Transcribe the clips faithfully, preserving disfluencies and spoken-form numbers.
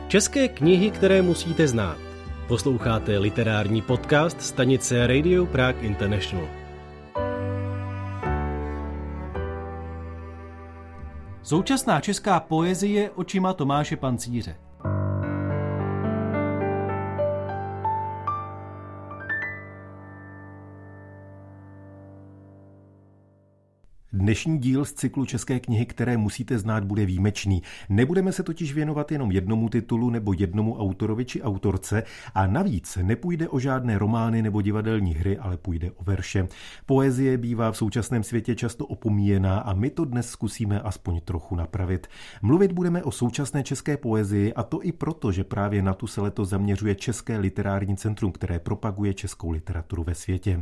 České knihy, které musíte znát. Posloucháte literární podcast stanice Radio Prague International. Současná česká poezie očima Tomáše Pancíře. Dnešní díl z cyklu České knihy, které musíte znát, bude výjimečný. Nebudeme se totiž věnovat jenom jednomu titulu nebo jednomu autorovi či autorce a navíc nepůjde o žádné romány nebo divadelní hry, ale půjde o verše. Poezie bývá v současném světě často opomíjená a my to dnes zkusíme aspoň trochu napravit. Mluvit budeme o současné české poezii a to i proto, že právě na tu se letos zaměřuje České literární centrum, které propaguje českou literaturu ve světě.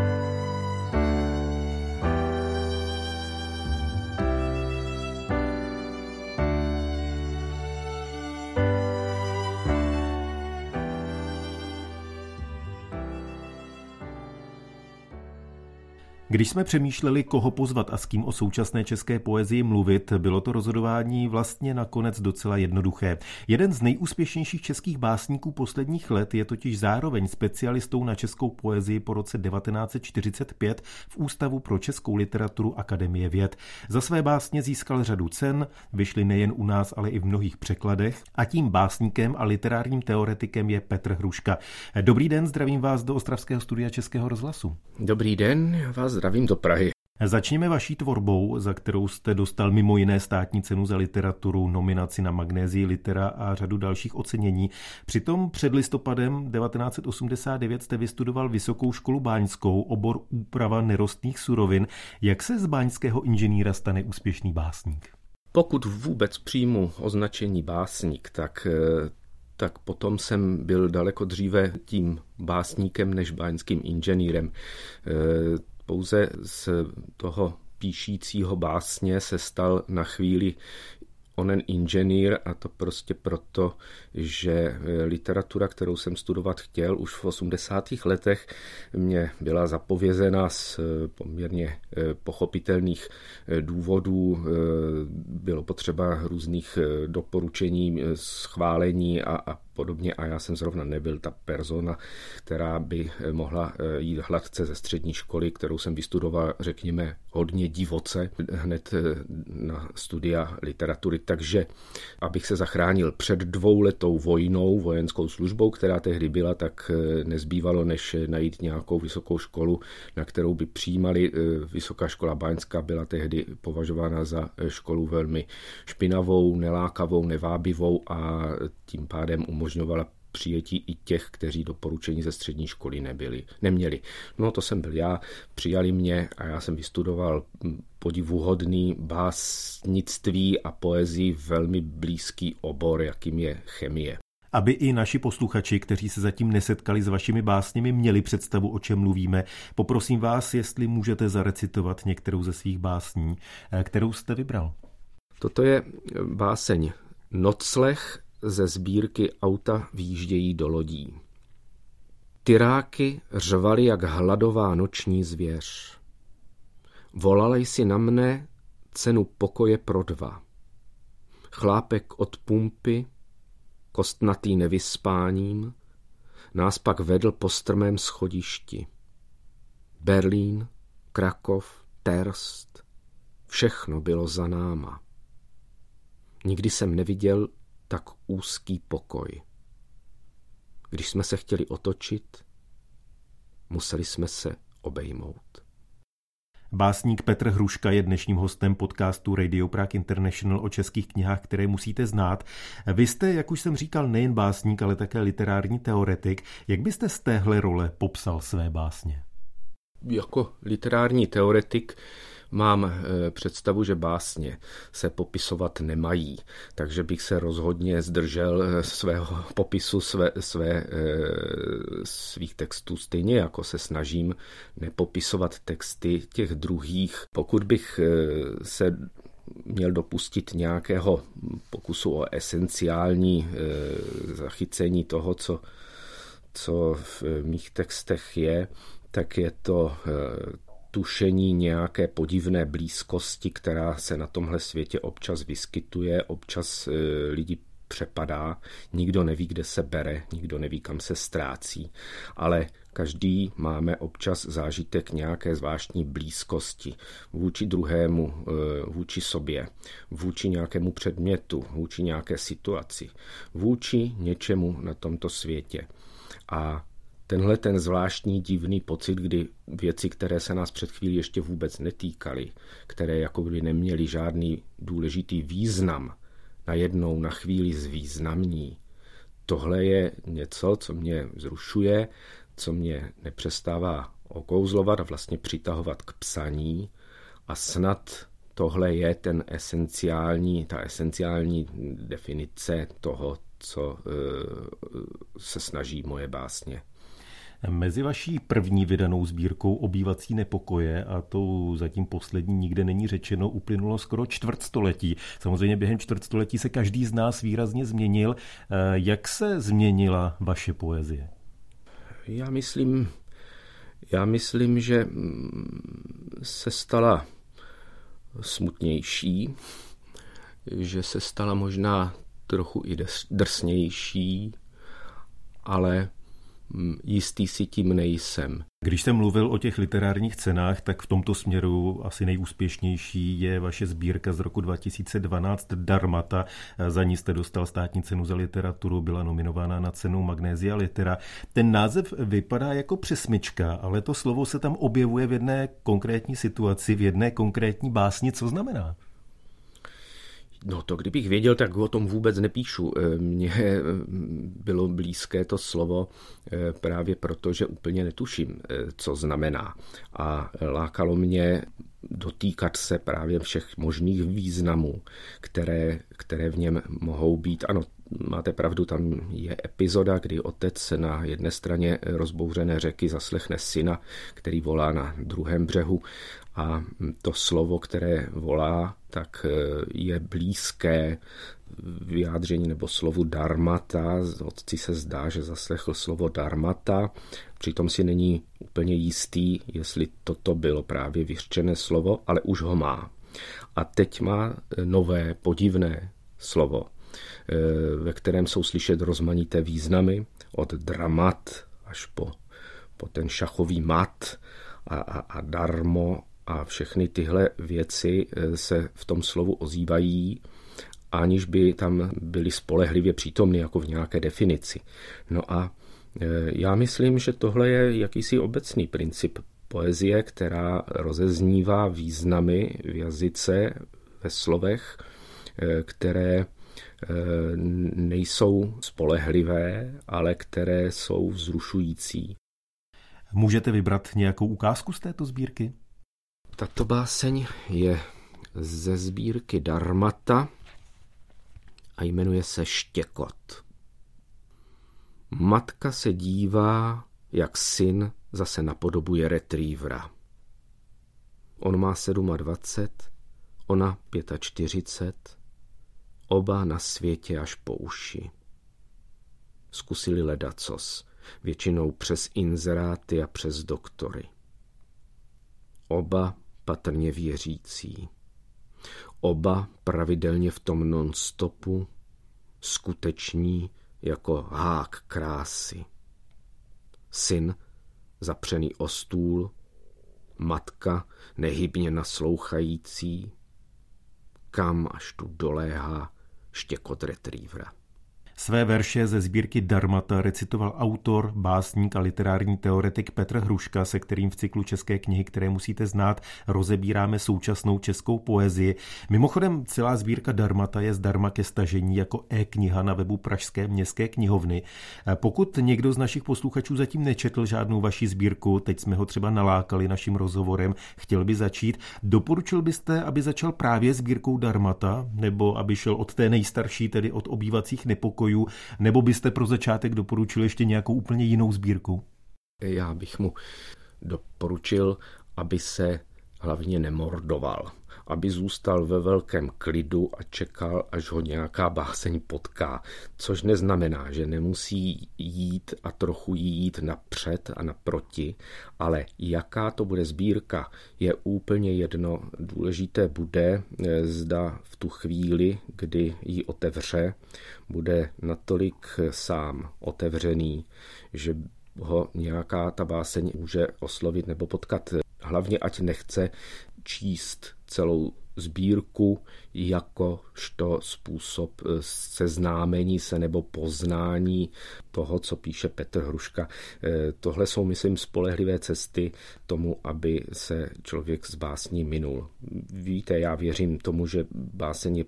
Když jsme přemýšleli, koho pozvat a s kým o současné české poezii mluvit, bylo to rozhodování vlastně nakonec docela jednoduché. Jeden z nejúspěšnějších českých básníků posledních let je totiž zároveň specialistou na českou poezii po roce devatenáct set čtyřicet pět v Ústavu pro českou literaturu Akademie věd. Za své básně získal řadu cen, vyšly nejen u nás, ale i v mnohých překladech a tím básníkem a literárním teoretikem je Petr Hruška. Dobrý den, zdravím vás do ostravského studia Českého rozhlasu. Dobrý den, já vás zdravím do Prahy. Začněme vaší tvorbou, za kterou jste dostal mimo jiné státní cenu za literaturu, nominaci na Magnézii Litera a řadu dalších ocenění. Přitom před listopadem devatenáct set osmdesát devět jste vystudoval Vysokou školu báňskou, obor úprava nerostných surovin. Jak se z báňského inženýra stane úspěšný básník? Pokud vůbec přijmu označení básník, tak tak potom jsem byl daleko dříve tím básníkem než báňským inženýrem. Pouze z toho píšícího básně se stal na chvíli onen inženýr a to prostě proto, že literatura, kterou jsem studovat chtěl už v osmdesátých letech, mě byla zapovězena z poměrně pochopitelných důvodů. Bylo potřeba různých doporučení, schválení a, a podobně a já jsem zrovna nebyl ta persona, která by mohla jít hladce ze střední školy, kterou jsem vystudoval, řekněme, hodně divoce, hned na studia literatury. Takže abych se zachránil před dvouletou vojnou, vojenskou službou, která tehdy byla, tak nezbývalo, než najít nějakou vysokou školu, na kterou by přijímali. Vysoká škola báňská byla tehdy považována za školu velmi špinavou, nelákavou, nevábivou a tím pádem umožňovala přijetí i těch, kteří doporučení ze střední školy nebyli, neměli. No to jsem byl já, přijali mě a já jsem vystudoval podivuhodný básnictví a poezii velmi blízký obor, jakým je chemie. Aby i naši posluchači, kteří se zatím nesetkali s vašimi básněmi, měli představu, o čem mluvíme, poprosím vás, jestli můžete zarecitovat některou ze svých básní, kterou jste vybral. Toto je báseň Nocleh ze sbírky Auta výjíždějí do lodí. Tyráky řvaly jak hladová noční zvěř. Volala jsi na mne cenu pokoje pro dva. Chlápek od pumpy, kostnatý nevyspáním, nás pak vedl po strmém schodišti. Berlín, Krakov, Terst, všechno bylo za náma. Nikdy jsem neviděl tak úzký pokoj. Když jsme se chtěli otočit, museli jsme se obejmout. Básník Petr Hruška je dnešním hostem podcastu Radio Prague International o českých knihách, které musíte znát. Vy jste, jak už jsem říkal, nejen básník, ale také literární teoretik. Jak byste z téhle role popsal své básně? Jako literární teoretik mám představu, že básně se popisovat nemají, takže bych se rozhodně zdržel svého popisu své, své, svých textů, stejně jako se snažím nepopisovat texty těch druhých. Pokud bych se měl dopustit nějakého pokusu o esenciální zachycení toho, co, co v mých textech je, tak je to tušení nějaké podivné blízkosti, která se na tomhle světě občas vyskytuje, občas lidi přepadá, nikdo neví, kde se bere, nikdo neví, kam se ztrácí, ale každý máme občas zážitek nějaké zvláštní blízkosti vůči druhému, vůči sobě, vůči nějakému předmětu, vůči nějaké situaci, vůči něčemu na tomto světě. A tenhle ten zvláštní divný pocit, kdy věci, které se nás před chvílí ještě vůbec netýkaly, které jako by neměly žádný důležitý význam, najednou na chvíli zvýznamní. Tohle je něco, co mě vzrušuje, co mě nepřestává okouzlovat a vlastně přitahovat k psaní. A snad tohle je ten esenciální, ta esenciální definice toho, co se snaží moje básně. Mezi vaší první vydanou sbírkou Obývací nepokoje a tou zatím poslední nikde není řečeno uplynulo skoro čtvrtstoletí. Samozřejmě během čtvrtstoletí se každý z nás výrazně změnil. Jak se změnila vaše poezie? Já myslím, já myslím, že se stala smutnější, že se stala možná trochu i drsnější, ale jistý si tím nejsem. Když jsem mluvil o těch literárních cenách, tak v tomto směru asi nejúspěšnější je vaše sbírka z roku dva tisíce dvanáct Darmata. Za ní jste dostal státní cenu za literaturu, byla nominována na cenu Magnesia Litera. Ten název vypadá jako přesmyčka, ale to slovo se tam objevuje v jedné konkrétní situaci, v jedné konkrétní básni. Co znamená? No to kdybych věděl, tak o tom vůbec nepíšu. Mně bylo blízké to slovo právě proto, že úplně netuším, co znamená. A lákalo mě dotýkat se právě všech možných významů, které, které v něm mohou být. Ano, máte pravdu, tam je epizoda, kdy otec na jedné straně rozbouřené řeky zaslechne syna, který volá na druhém břehu, a to slovo, které volá, tak je blízké vyjádření nebo slovu darmata. Otci se zdá, že zaslechl slovo darmata, přitom si není úplně jistý, jestli toto bylo právě vyřčené slovo, ale už ho má. A teď má nové, podivné slovo, ve kterém jsou slyšet rozmanité významy, od dramat až po, po ten šachový mat a, a, a darmo, a všechny tyhle věci se v tom slovu ozývají, aniž by tam byly spolehlivě přítomny jako v nějaké definici. No a já myslím, že tohle je jakýsi obecný princip poezie, která rozeznívá významy v jazyce, ve slovech, které nejsou spolehlivé, ale které jsou vzrušující. Můžete vybrat nějakou ukázku z této sbírky? Tato báseň je ze sbírky Darmata a jmenuje se Štěkot. Matka se dívá, jak syn zase napodobuje retrievera. On má dvacet sedm, ona čtyřicet pět, oba na světě až po uši. Zkusili ledacos, většinou přes inzeráty a přes doktory. Oba patrně věřící. Oba pravidelně v tom non-stopu, skuteční jako hák krásy. Syn zapřený o stůl, matka nehybně naslouchající, kam až tu doléhá štěkot retrievera. Své verše ze sbírky Darmata recitoval autor, básník a literární teoretik Petr Hruška, se kterým v cyklu České knihy, které musíte znát, rozebíráme současnou českou poezii. Mimochodem, celá sbírka Darmata je zdarma ke stažení jako e-kniha na webu Pražské městské knihovny. Pokud někdo z našich posluchačů zatím nečetl žádnou vaši sbírku, teď jsme ho třeba nalákali naším rozhovorem, chtěl by začít, doporučil byste, aby začal právě sbírkou Darmata, nebo aby šel od té nejstarší, tedy od Obývacích nepokojů, nebo byste pro začátek doporučil ještě nějakou úplně jinou sbírku? Já bych mu doporučil, aby se hlavně nemordoval, aby zůstal ve velkém klidu a čekal, až ho nějaká báseň potká. Což neznamená, že nemusí jít a trochu jít napřed a naproti, ale jaká to bude sbírka, je úplně jedno. Důležité bude, zda v tu chvíli, kdy ji otevře, bude natolik sám otevřený, že ho nějaká ta báseň může oslovit nebo potkat. Hlavně ať nechce číst celou sbírku jakožto způsob seznámení se nebo poznání toho, co píše Petr Hruška. Tohle jsou, myslím, spolehlivé cesty tomu, aby se člověk z básní minul. Víte, já věřím tomu, že báseň je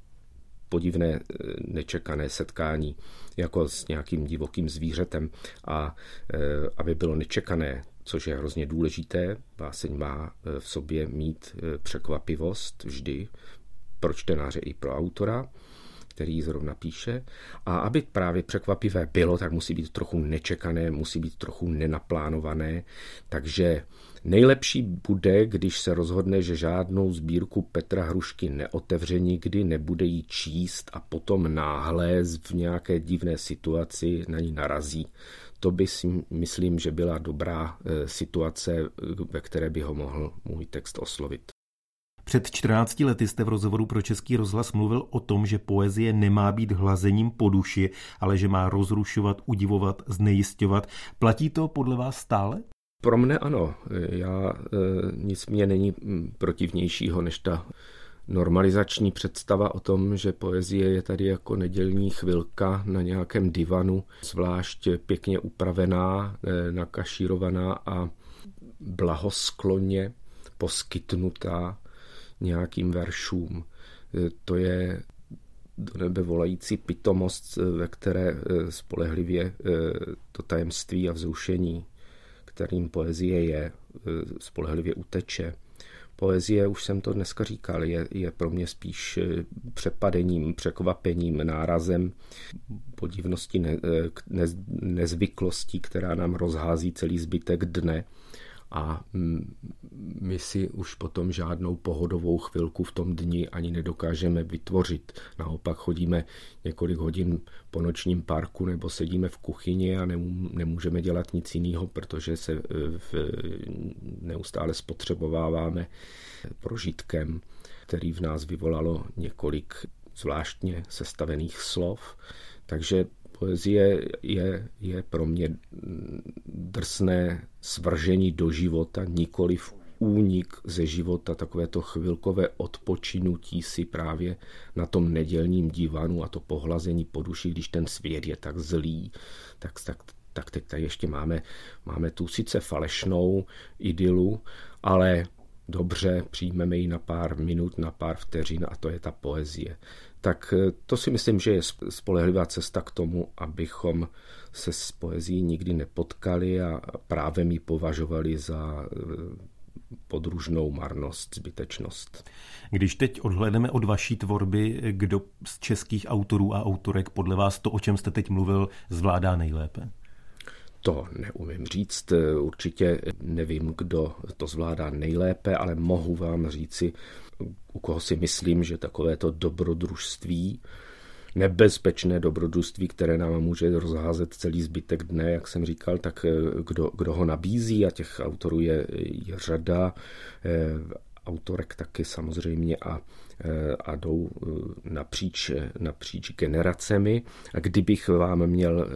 podivné, nečekané setkání jako s nějakým divokým zvířetem a aby bylo nečekané, což je hrozně důležité. Báseň má v sobě mít překvapivost vždy pro čtenáře i pro autora, který ji zrovna píše. A aby právě překvapivé bylo, tak musí být trochu nečekané, musí být trochu nenaplánované. Takže nejlepší bude, když se rozhodne, že žádnou sbírku Petra Hrušky neotevře nikdy, nebude ji číst a potom náhle v nějaké divné situaci na ní narazí. To by si myslím, že byla dobrá situace, ve které by ho mohl můj text oslovit. Před čtrnácti lety jste v rozhovoru pro Český rozhlas mluvil o tom, že poezie nemá být hlazením po duši, ale že má rozrušovat, udivovat, znejisťovat. Platí to podle vás stále? Pro mne ano. Já, nic mě není protivnějšího než ta normalizační představa o tom, že poezie je tady jako nedělní chvilka na nějakém divanu, zvlášť pěkně upravená, nakašírovaná a blahoskloně poskytnutá nějakým veršům. To je do nebe volající pitomost, ve které spolehlivě to tajemství a vzrušení, kterým poezie je, spolehlivě uteče. Poezie, už jsem to dneska říkal, je, je pro mě spíš přepadením, překvapením, nárazem, podivností, ne, ne, nezvyklostí, která nám rozhází celý zbytek dne. A my si už potom žádnou pohodovou chvilku v tom dni ani nedokážeme vytvořit. Naopak chodíme několik hodin po nočním parku nebo sedíme v kuchyni a nemůžeme dělat nic jiného, protože se v, neustále spotřebováváme prožitkem, který v nás vyvolalo několik zvláštně sestavených slov. Takže poezie je, je pro mě drsné svržení do života, nikoliv únik ze života, takové to chvilkové odpočinutí si právě na tom nedělním divanu a to pohlazení po duši, když ten svět je tak zlý, tak, tak, tak teď tady ještě máme, máme tu sice falešnou idylu, ale dobře, přijmeme ji na pár minut, na pár vteřin a to je ta poezie. Tak to si myslím, že je spolehlivá cesta k tomu, abychom se s poezií nikdy nepotkali a právem ji považovali za podružnou marnost, zbytečnost. Když teď odhlédneme od vaší tvorby, kdo z českých autorů a autorek podle vás to, o čem jste teď mluvil, zvládá nejlépe? To neumím říct, určitě nevím, kdo to zvládá nejlépe, ale mohu vám říci, u koho si myslím, že takovéto dobrodružství, nebezpečné dobrodružství, které nám může rozházet celý zbytek dne, jak jsem říkal, tak kdo, kdo ho nabízí, a těch autorů je, je řada, autorek taky samozřejmě a, a jdou napříč, napříč generacemi. A kdybych vám měl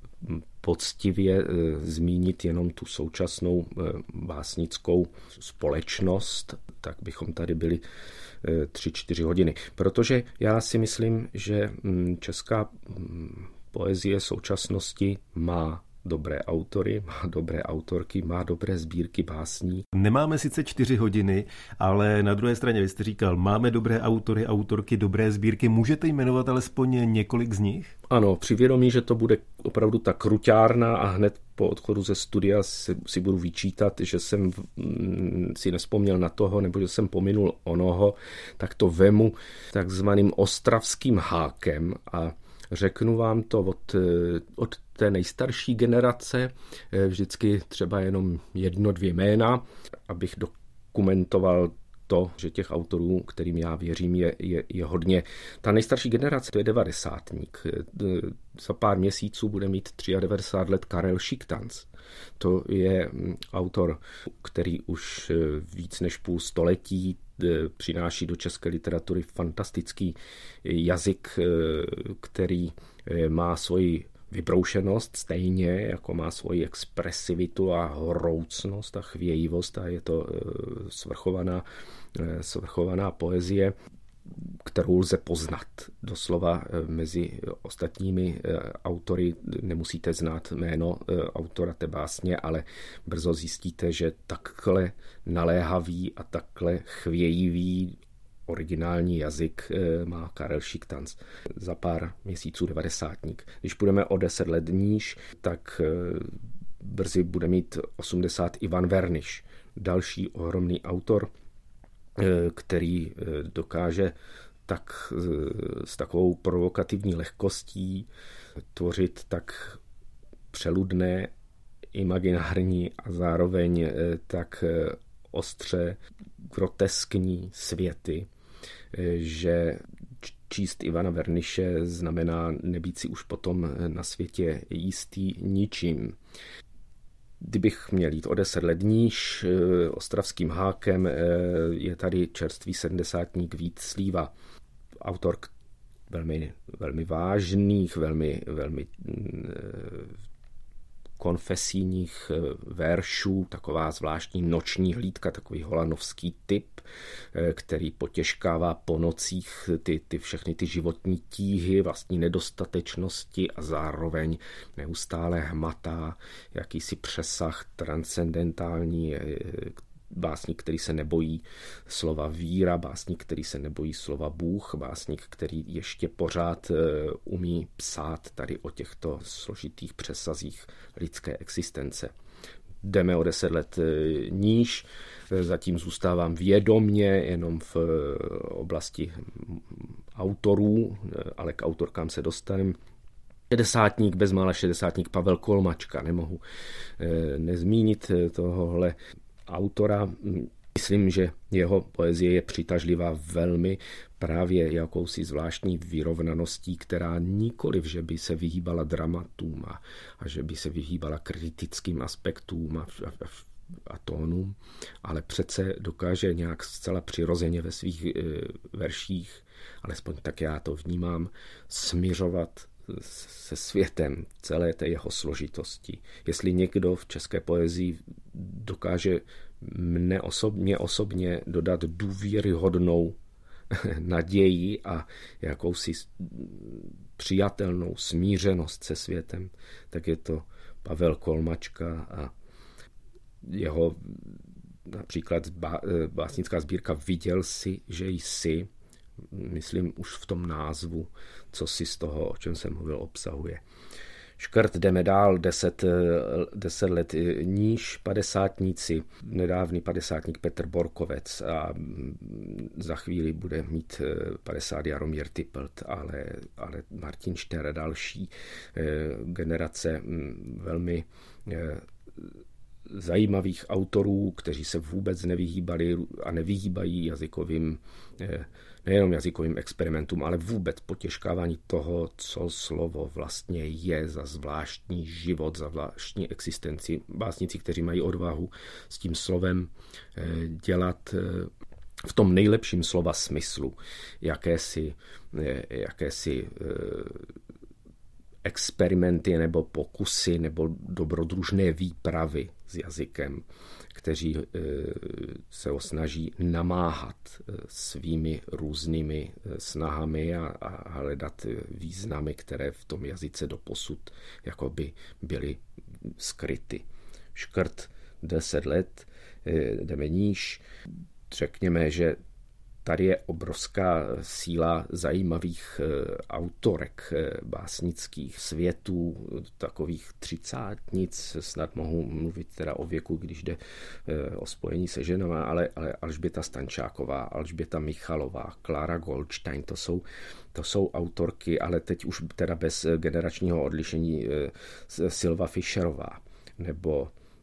poctivě zmínit jenom tu současnou básnickou společnost, tak bychom tady byli tři, čtyři hodiny. Protože já si myslím, že česká poezie současnosti má dobré autory, má dobré autorky, má dobré sbírky básní. Nemáme sice čtyři hodiny, ale na druhé straně, vy jste říkal, máme dobré autory, autorky, dobré sbírky. Můžete jmenovat alespoň několik z nich? Ano, při vědomí, že to bude opravdu ta kruťárna a hned po odchodu ze studia si, si budu vyčítat, že jsem si nespomněl na toho, nebo že jsem pominul onoho, tak to vemu takzvaným ostravským hákem a řeknu vám to od, od té nejstarší generace, vždycky třeba jenom jedno, dvě jména, abych dokumentoval to, že těch autorů, kterým já věřím, je, je, je hodně. Ta nejstarší generace, to je devadesátník. Za pár měsíců bude mít devadesát tři let Karel Šiktanc. To je autor, který už víc než půl století přináší do české literatury fantastický jazyk, který má svoji vybroušenost stejně, jako má svoji expresivitu a horoucnost a chvějivost a je to svrchovaná, svrchovaná poezie, kterou lze poznat. Doslova mezi ostatními autory nemusíte znát jméno autora té básně, ale brzo zjistíte, že takhle naléhavý a takhle chvějivý originální jazyk má Karel Šiktanc. Za pár měsíců devadesátník. Když půjdeme o deset let níž, tak brzy bude mít osmdesát Ivan Verniš. Další ohromný autor, který dokáže tak s takovou provokativní lehkostí tvořit tak přeludné, imaginární a zároveň tak ostře groteskní světy, že číst Ivana Verniše znamená nebýt si už potom na světě jistý ničím. Kdybych měl jít o deset let níž, ostravským hákem je tady čerstvý sedmdesátník Vít Slíva. Autor velmi, velmi vážných, velmi, velmi konfesijních veršů, taková zvláštní noční hlídka, takový holanovský typ, který potěžkává po nocích ty, ty všechny ty životní tíhy, vlastní nedostatečnosti a zároveň neustále hmatá jakýsi přesah transcendentální, básník, který se nebojí slova víra, básník, který se nebojí slova Bůh, básník, který ještě pořád umí psát tady o těchto složitých přesazích lidské existence. Jdeme o deset let níž, zatím zůstávám vědomně jenom v oblasti autorů, ale k autorkám se dostaneme. Šedesátník, bezmála šedesátník Pavel Kolmačka, nemohu nezmínit tohohle autora. Myslím, že jeho poezie je přitažlivá velmi právě jakousi zvláštní vyrovnaností, která nikoliv, že by se vyhýbala dramatům a, a že by se vyhýbala kritickým aspektům a, a, a tónům, ale přece dokáže nějak zcela přirozeně ve svých e, verších, alespoň tak já to vnímám, smiřovat se světem celé té jeho složitosti. Jestli někdo v české poezii dokáže mne osobně, osobně dodat důvěryhodnou naději a jakousi přijatelnou smířenost se světem, tak je to Pavel Kolmačka a jeho například básnická sbírka Viděl si, že jsi, myslím už v tom názvu, co si z toho, o čem jsem mluvil, obsahuje. Škrt, jdeme dál, deset, deset let níž, padesátníci, nedávný padesátník Petr Borkovec a za chvíli bude mít padesát Jaromír Typlt, ale, ale Martin Šter, další generace velmi zajímavých autorů, kteří se vůbec nevyhýbali a nevyhýbají jazykovým, nejenom jazykovým experimentům, ale vůbec potěžkávání toho, co slovo vlastně je za zvláštní život, za zvláštní existenci. Básníci, kteří mají odvahu s tím slovem dělat v tom nejlepším slova smyslu jakési, jakési experimenty nebo pokusy nebo dobrodružné výpravy s jazykem, kteří se snaží namáhat svými různými snahami a, a hledat významy, které v tom jazyce doposud jakoby byly skryty. Škrt, deset let, jdeme níž. Řekněme, že tady je obrovská síla zajímavých autorek básnických světů, takových třicátnic, snad mohu mluvit teda o věku, když jde o spojení se ženama, ale, ale Alžběta Stančáková, Alžběta Michalová, Klára Goldstein, to jsou, to jsou autorky, ale teď už teda bez generačního odlišení Silva Fischerová, nebo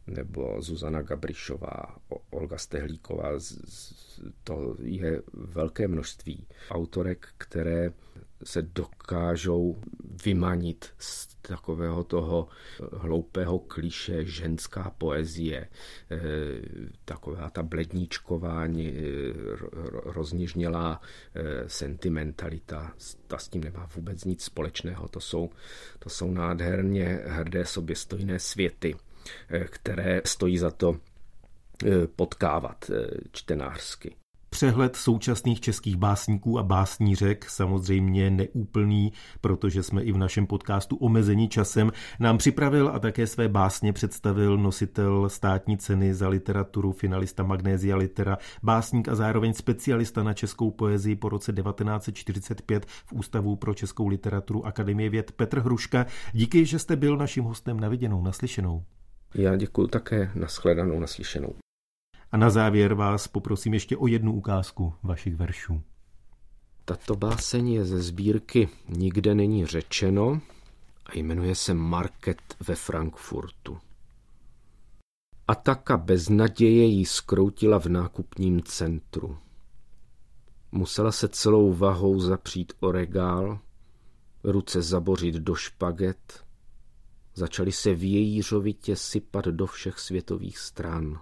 nebo Zuzana Gabrišová, Olga Stehlíková. To je velké množství autorek, které se dokážou vymanit z takového toho hloupého klišé ženská poezie, taková ta bledníčková, rozněžnělá sentimentalita, ta s tím nemá vůbec nic společného. To jsou, to jsou nádherně hrdé soběstojné světy, které stojí za to potkávat čtenářsky. Přehled současných českých básníků a básnířek, samozřejmě neúplný, protože jsme i v našem podcastu omezení časem, nám připravil a také své básně představil nositel státní ceny za literaturu, finalista Magnésia Litera, básník a zároveň specialista na českou poezii po roce devatenáct set čtyřicet pět v Ústavu pro českou literaturu Akademie věd Petr Hruška. Díky, že jste byl naším hostem. Na viděnou, naslyšenou. Já děkuji také, nashledanou, naslyšenou. A na závěr vás poprosím ještě o jednu ukázku vašich veršů. Tato báseň je ze sbírky Nikde není řečeno a jmenuje se Market ve Frankfurtu. Ataka beznaděje jí zkroutila v nákupním centru. Musela se celou vahou zapřít o regál, ruce zabořit do špaget, začaly se vějířovitě sypat do všech světových stran.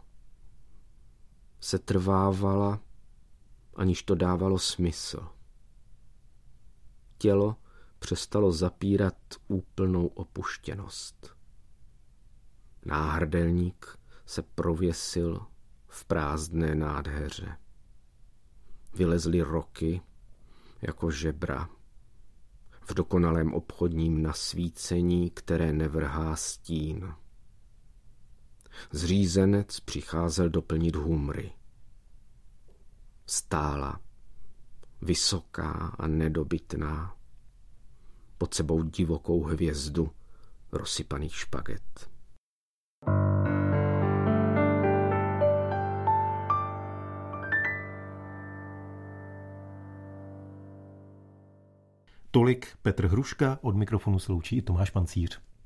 Setrvávala, aniž to dávalo smysl. Tělo přestalo zapírat úplnou opuštěnost. Náhrdelník se prověsil v prázdné nádheře. Vylezly roky jako žebra v dokonalém obchodním nasvícení, které nevrhá stín. Zřízenec přicházel doplnit humry. Stála, vysoká a nedobytná, pod sebou divokou hvězdu rozsypaných špaget. Tolik Petr Hruška, od mikrofonu se loučí i Tomáš Pancíř.